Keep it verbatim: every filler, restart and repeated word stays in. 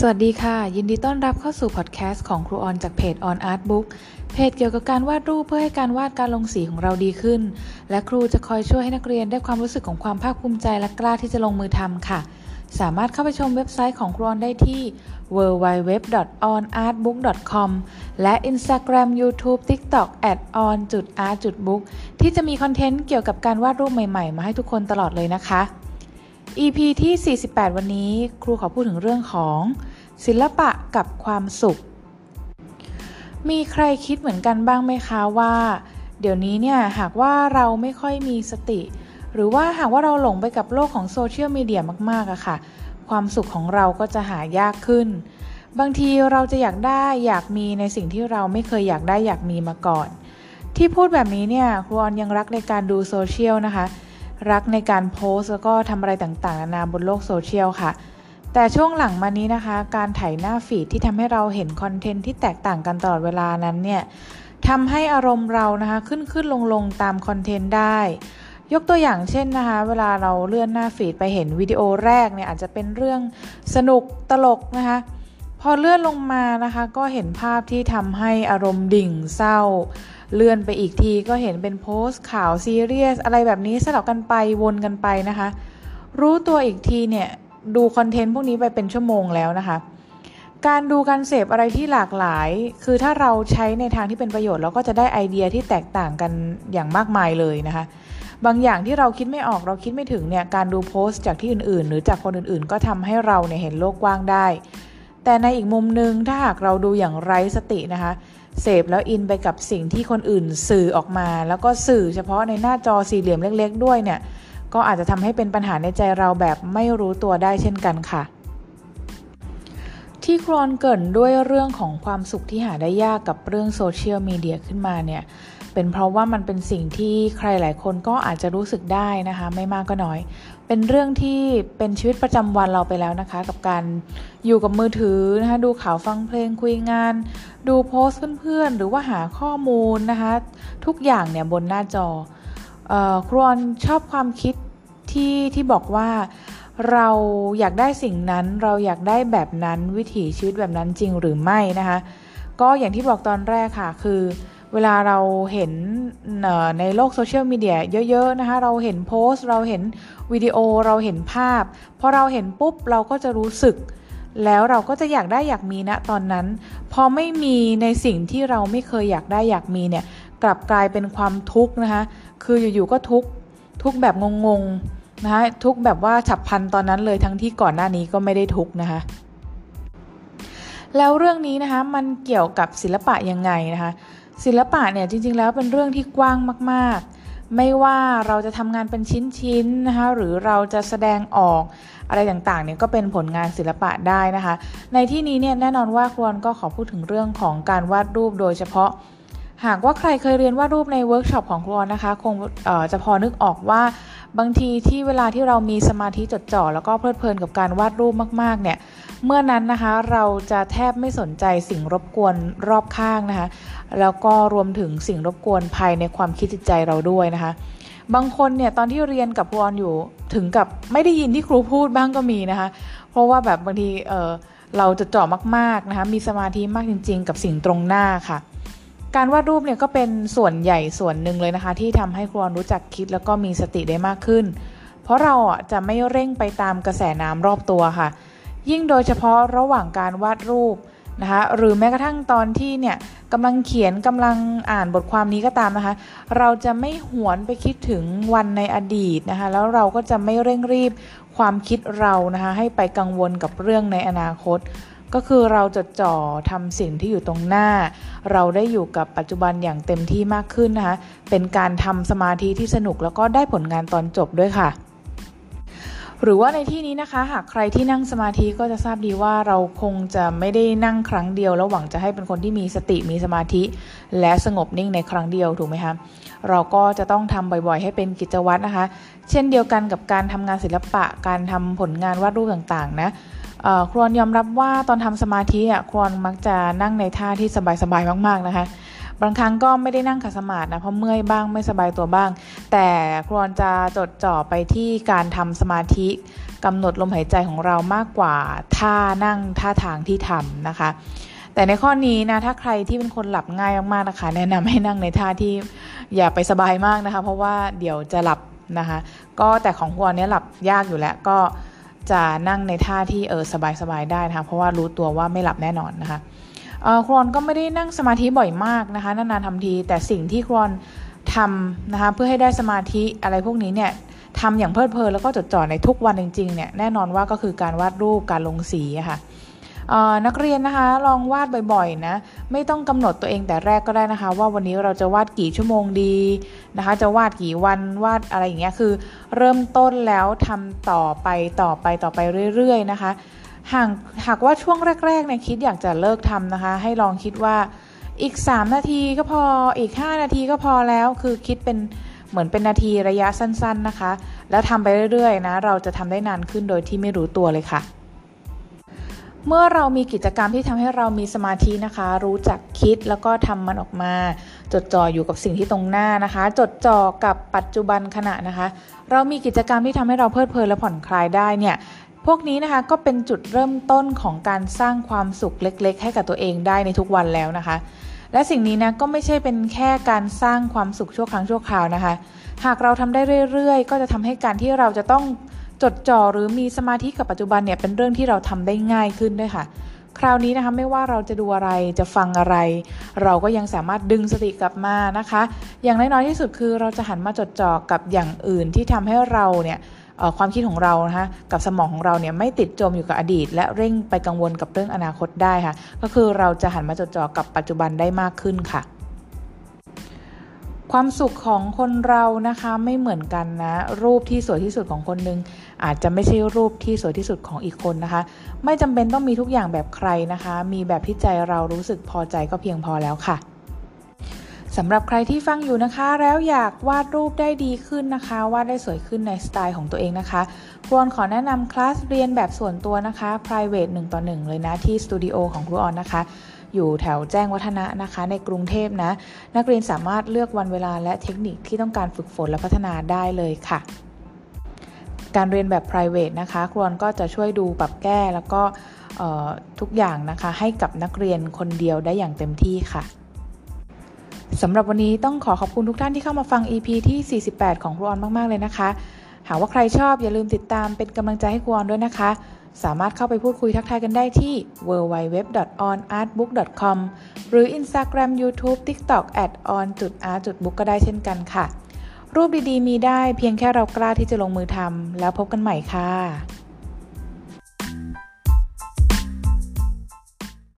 สวัสดีค่ะยินดีต้อนรับเข้าสู่พอดแคสต์ของครูออนจากเพจ On Art Book เพจเกี่ยวกับการวาดรูปเพื่อให้การวาดการลงสีของเราดีขึ้นและครูจะคอยช่วยให้นักเรียนได้ความรู้สึกของความภาคภูมิใจและกล้าที่จะลงมือทำค่ะสามารถเข้าไปชมเว็บไซต์ของครูออนได้ที่ ดับเบิลยู ดับเบิลยู ดับเบิลยู ดอท ออน อาร์ตบุ๊ก ดอท คอม และ Instagram YouTube TikTok แอท ออน ดอท อาร์ต ดอท บุ๊ก ที่จะมีคอนเทนต์เกี่ยวกับการวาดรูปใหม่ๆมาให้ทุกคนตลอดเลยนะคะ อี พี ที่สี่สิบแปดวันนี้ครูขอพูดถึงเรื่องของศิลปะกับความสุขมีใครคิดเหมือนกันบ้างไหมคะว่าเดี๋ยวนี้เนี่ยหากว่าเราไม่ค่อยมีสติหรือว่าหากว่าเราหลงไปกับโลกของโซเชียลมีเดียมากๆอะค่ะความสุขของเราก็จะหายากขึ้นบางทีเราจะอยากได้อยากมีในสิ่งที่เราไม่เคยอยากได้อยากมีมาก่อนที่พูดแบบนี้เนี่ยครูออนยังรักในการดูโซเชียลนะคะรักในการโพสต์แล้วก็ทำอะไรต่างๆนานาบนโลกโซเชียลค่ะแต่ช่วงหลังมานี้นะคะการไถหน้าฟีดที่ทำให้เราเห็นคอนเทนต์ที่แตกต่างกันตลอดเวลานั้นเนี่ยทำให้อารมณ์เรานะคะขึ้นขึ้นลงลงตามคอนเทนต์ได้ยกตัวอย่างเช่นนะคะเวลาเราเลื่อนหน้าฟีดไปเห็นวิดีโอแรกเนี่ยอาจจะเป็นเรื่องสนุกตลกนะคะพอเลื่อนลงมานะคะก็เห็นภาพที่ทำให้อารมณ์ดิ่งเศร้าเลื่อนไปอีกทีก็เห็นเป็นโพสต์ข่าวซีเรียสอะไรแบบนี้สลับกันไปวนกันไปนะคะรู้ตัวอีกทีเนี่ยดูคอนเทนต์พวกนี้ไปเป็นชั่วโมงแล้วนะคะการดูการเสพอะไรที่หลากหลายคือถ้าเราใช้ในทางที่เป็นประโยชน์เราก็จะได้ไอเดียที่แตกต่างกันอย่างมากมายเลยนะคะบางอย่างที่เราคิดไม่ออกเราคิดไม่ถึงเนี่ยการดูโพสต์จากที่อื่นๆหรือจากคนอื่นๆก็ทำให้เราเนี่ยเห็นโลกกว้างได้แต่ในอีกมุมนึงถ้าหากเราดูอย่างไร้สตินะคะเสพแล้วอินไปกับสิ่งที่คนอื่นสื่อออกมาแล้วก็สื่อเฉพาะในหน้าจอสี่เหลี่ยมเล็กๆด้วยเนี่ยก็อาจจะทำให้เป็นปัญหาในใจเราแบบไม่รู้ตัวได้เช่นกันค่ะที่ครอนเกริ่นด้วยเรื่องของความสุขที่หาได้ยากกับเรื่องโซเชียลมีเดียขึ้นมาเนี่ยเป็นเพราะว่ามันเป็นสิ่งที่ใครหลายคนก็อาจจะรู้สึกได้นะคะไม่มากก็น้อยเป็นเรื่องที่เป็นชีวิตประจำวันเราไปแล้วนะคะกับการอยู่กับมือถือนะคะดูข่าวฟังเพลงคุยงานดูโพสต์เพื่อนๆหรือว่าหาข้อมูลนะคะทุกอย่างเนี่ยบนหน้าจอเอ่อครอนชอบความคิดที่ที่บอกว่าเราอยากได้สิ่งนั้นเราอยากได้แบบนั้นวิถีชีวิตแบบนั้นจริงหรือไม่นะคะก็อย่างที่บอกตอนแรกค่ะคือเวลาเราเห็นในโลกโซเชียลมีเดียเยอะๆนะคะเราเห็นโพสต์เราเห็นวิดีโอเราเห็นภาพพอเราเห็นปุ๊บเราก็จะรู้สึกแล้วเราก็จะอยากได้อยากมีณตอนนั้นพอไม่มีในสิ่งที่เราไม่เคยอยากได้อยากมีเนี่ยกลับกลายเป็นความทุกข์นะคะคืออยู่ๆก็ทุกข์ทุกข์แบบงงๆนะคะทุกข์แบบว่าฉับพลันตอนนั้นเลยทั้งที่ก่อนหน้านี้ก็ไม่ได้ทุกข์นะคะแล้วเรื่องนี้นะคะมันเกี่ยวกับศิลปะยังไงนะคะศิลปะเนี่ยจริงๆแล้วเป็นเรื่องที่กว้างมากๆไม่ว่าเราจะทำงานเป็นชิ้นๆนะคะหรือเราจะแสดงออกอะไรต่างๆเนี่ยก็เป็นผลงานศิลปะได้นะคะในที่นี้เนี่ยแน่นอนว่าครอนก็ขอพูดถึงเรื่องของการวาดรูปโดยเฉพาะหากว่าใครเคยเรียนวาดรูปในเวิร์กช็อปของครอนนะคะคงเอ่อจะพอนึกออกว่าบางทีที่เวลาที่เรามีสมาธิจดจ่อแล้วก็เพลิดเพลินกับการวาดรูปมากๆเนี่ยเมื่อนั้นนะคะเราจะแทบไม่สนใจสิ่งรบกวนรอบข้างนะคะแล้วก็รวมถึงสิ่งรบกวนภายในความคิดจิตใจเราด้วยนะคะบางคนเนี่ยตอนที่เรียนกับครูออนอยู่ถึงกับไม่ได้ยินที่ครูพูดบ้างก็มีนะคะเพราะว่าแบบบางทีเออเราจดจ่อมากๆนะคะมีสมาธิมากจริงๆกับสิ่งตรงหน้าค่ะการวาดรูปเนี่ยก็เป็นส่วนใหญ่ส่วนหนึ่งเลยนะคะที่ทำให้ครูออนรู้จักคิดแล้วก็มีสติได้มากขึ้นเพราะเราอ่ะจะไม่เร่งไปตามกระแสน้ำรอบตัวค่ะยิ่งโดยเฉพาะระหว่างการวาดรูปนะคะหรือแม้กระทั่งตอนที่เนี่ยกำลังเขียนกำลังอ่านบทความนี้ก็ตามนะคะเราจะไม่หวนไปคิดถึงวันในอดีตนะคะแล้วเราก็จะไม่เร่งรีบความคิดเรานะคะให้ไปกังวลกับเรื่องในอนาคตก็คือเราจดจ่อทำสิ่งที่อยู่ตรงหน้าเราได้อยู่กับปัจจุบันอย่างเต็มที่มากขึ้นนะคะเป็นการทำสมาธิที่สนุกแล้วก็ได้ผลงานตอนจบด้วยค่ะหรือว่าในที่นี้นะคะหากใครที่นั่งสมาธิก็จะทราบดีว่าเราคงจะไม่ได้นั่งครั้งเดียวแล้วหวังจะให้เป็นคนที่มีสติมีสมาธิและสงบนิ่งในครั้งเดียวถูกไหมคะเราก็จะต้องทำบ่อยๆให้เป็นกิจวัตรนะคะเช่นเดียวกันกับการทำงานศิลปะการทำผลงานวาดรูปต่างๆนะครอนยอมรับว่าตอนทำสมาธิอ่ะครอนมักจะนั่งในท่าที่สบายๆมากๆนะคะบางครั้งก็ไม่ได้นั่งขัดสมาธินะเพราะเมื่อยบ้างไม่สบายตัวบ้างแต่ครูออนจะจดจ่อไปที่การทำสมาธิกำหนดลมหายใจของเรามากกว่าท่านั่งท่าทางที่ทำนะคะแต่ในข้อนี้นะถ้าใครที่เป็นคนหลับง่ายมากๆนะคะแนะนำให้นั่งในท่าที่อย่าไปสบายมากนะคะเพราะว่าเดี๋ยวจะหลับนะคะก็แต่ของครูออนเนี่ยหลับยากอยู่แล้วก็จะนั่งในท่าที่เออสบายๆได้นะคะเพราะว่ารู้ตัวว่าไม่หลับแน่นอนนะคะเอ่อครูออนก็ไม่ได้นั่งสมาธิบ่อยมากนะคะนานๆทำทีแต่สิ่งที่ครูออนทำนะคะเพื่อให้ได้สมาธิอะไรพวกนี้เนี่ยทำอย่างเพลิดเพลินแล้วก็จดจ่อในทุกวันจริงๆเนี่ยแน่นอนว่าก็คือการวาดรูปการลงสีค่ะนักเรียนนะคะลองวาดบ่อยๆนะไม่ต้องกำหนดตัวเองแต่แรกก็ได้นะคะว่าวันนี้เราจะวาดกี่ชั่วโมงดีนะคะจะวาดกี่วันวาดอะไรอย่างเงี้ยคือเริ่มต้นแล้วทำต่อไปต่อไปต่อไปเรื่อยๆนะคะหากหากว่าช่วงแรกๆเนี่ยคิดอยากจะเลิกทำนะคะให้ลองคิดว่าอีกสามนาทีก็พออีกห้านาทีก็พอแล้วคือคิดเป็นเหมือนเป็นนาทีระยะสั้นๆนะคะแล้วทำไปเรื่อยๆนะเราจะทำได้นานขึ้นโดยที่ไม่รู้ตัวเลยค่ะเมื่อเรามีกิจกรรมที่ทำให้เรามีสมาธินะคะรู้จักคิดแล้วก็ทำมันออกมาจดจ่ออยู่กับสิ่งที่ตรงหน้านะคะจดจ่อกับปัจจุบันขณะนะคะเรามีกิจกรรมที่ทำให้เราเพลิดเพลินและผ่อนคลายได้เนี่ยพวกนี้นะคะก็เป็นจุดเริ่มต้นของการสร้างความสุขเล็กๆให้กับตัวเองได้ในทุกวันแล้วนะคะและสิ่งนี้นะก็ไม่ใช่เป็นแค่การสร้างความสุขชั่วครั้งชั่วคราวนะคะหากเราทำได้เรื่อยๆก็จะทำให้การที่เราจะต้องจดจ่อหรือมีสมาธิกับปัจจุบันเนี่ยเป็นเรื่องที่เราทำได้ง่ายขึ้นด้วยค่ะคราวนี้นะคะไม่ว่าเราจะดูอะไรจะฟังอะไรเราก็ยังสามารถดึงสติกลับมานะคะอย่างน้อยๆที่สุดคือเราจะหันมาจดจ่อกับอย่างอื่นที่ทำให้เราเนี่ยความคิดของเรานะคะกับสมองของเราเนี่ยไม่ติดจมอยู่กับอดีตและเร่งไปกังวลกับเรื่องอนาคตได้ค่ะก็คือเราจะหันมาจดจ่อกับปัจจุบันได้มากขึ้นค่ะความสุขของคนเรานะคะไม่เหมือนกันนะรูปที่สวยที่สุดของคนนึงอาจจะไม่ใช่รูปที่สวยที่สุดของอีกคนนะคะไม่จำเป็นต้องมีทุกอย่างแบบใครนะคะมีแบบที่ใจเรารู้สึกพอใจก็เพียงพอแล้วค่ะสำหรับใครที่ฟังอยู่นะคะแล้วอยากวาดรูปได้ดีขึ้นนะคะวาดได้สวยขึ้นในสไตล์ของตัวเองนะคะครูออนขอแนะนำคลาสเรียนแบบส่วนตัวนะคะ private หนึ่งต่อหนึ่งเลยนะที่สตูดิโอของครูออนนะคะอยู่แถวแจ้งวัฒนะนะคะในกรุงเทพนะนักเรียนสามารถเลือกวันเวลาและเทคนิคที่ต้องการฝึกฝนและพัฒนาได้เลยค่ะการเรียนแบบ private นะคะครูออนก็จะช่วยดูปรับแก้แล้วก็ทุกอย่างนะคะให้กับนักเรียนคนเดียวได้อย่างเต็มที่ค่ะสำหรับวันนี้ต้องขอขอบคุณทุกท่านที่เข้ามาฟัง อี พี ที่สี่สิบแปดของครูออนมากๆเลยนะคะหากว่าใครชอบอย่าลืมติดตามเป็นกำลังใจให้ครูออนด้วยนะคะสามารถเข้าไปพูดคุยทักทายกันได้ที่ ดับเบิลยู ดับเบิลยู ดับเบิลยู ดอท ออน อาร์ตบุ๊ก ดอท คอม หรือ Instagram YouTube TikTok แอท ออน ดอท อาร์ต ดอท บุ๊ก ก็ได้เช่นกันค่ะรูปดีๆมีได้เพียงแค่เรากล้าที่จะลงมือทำแล้วพบกันใหม่ค่ะ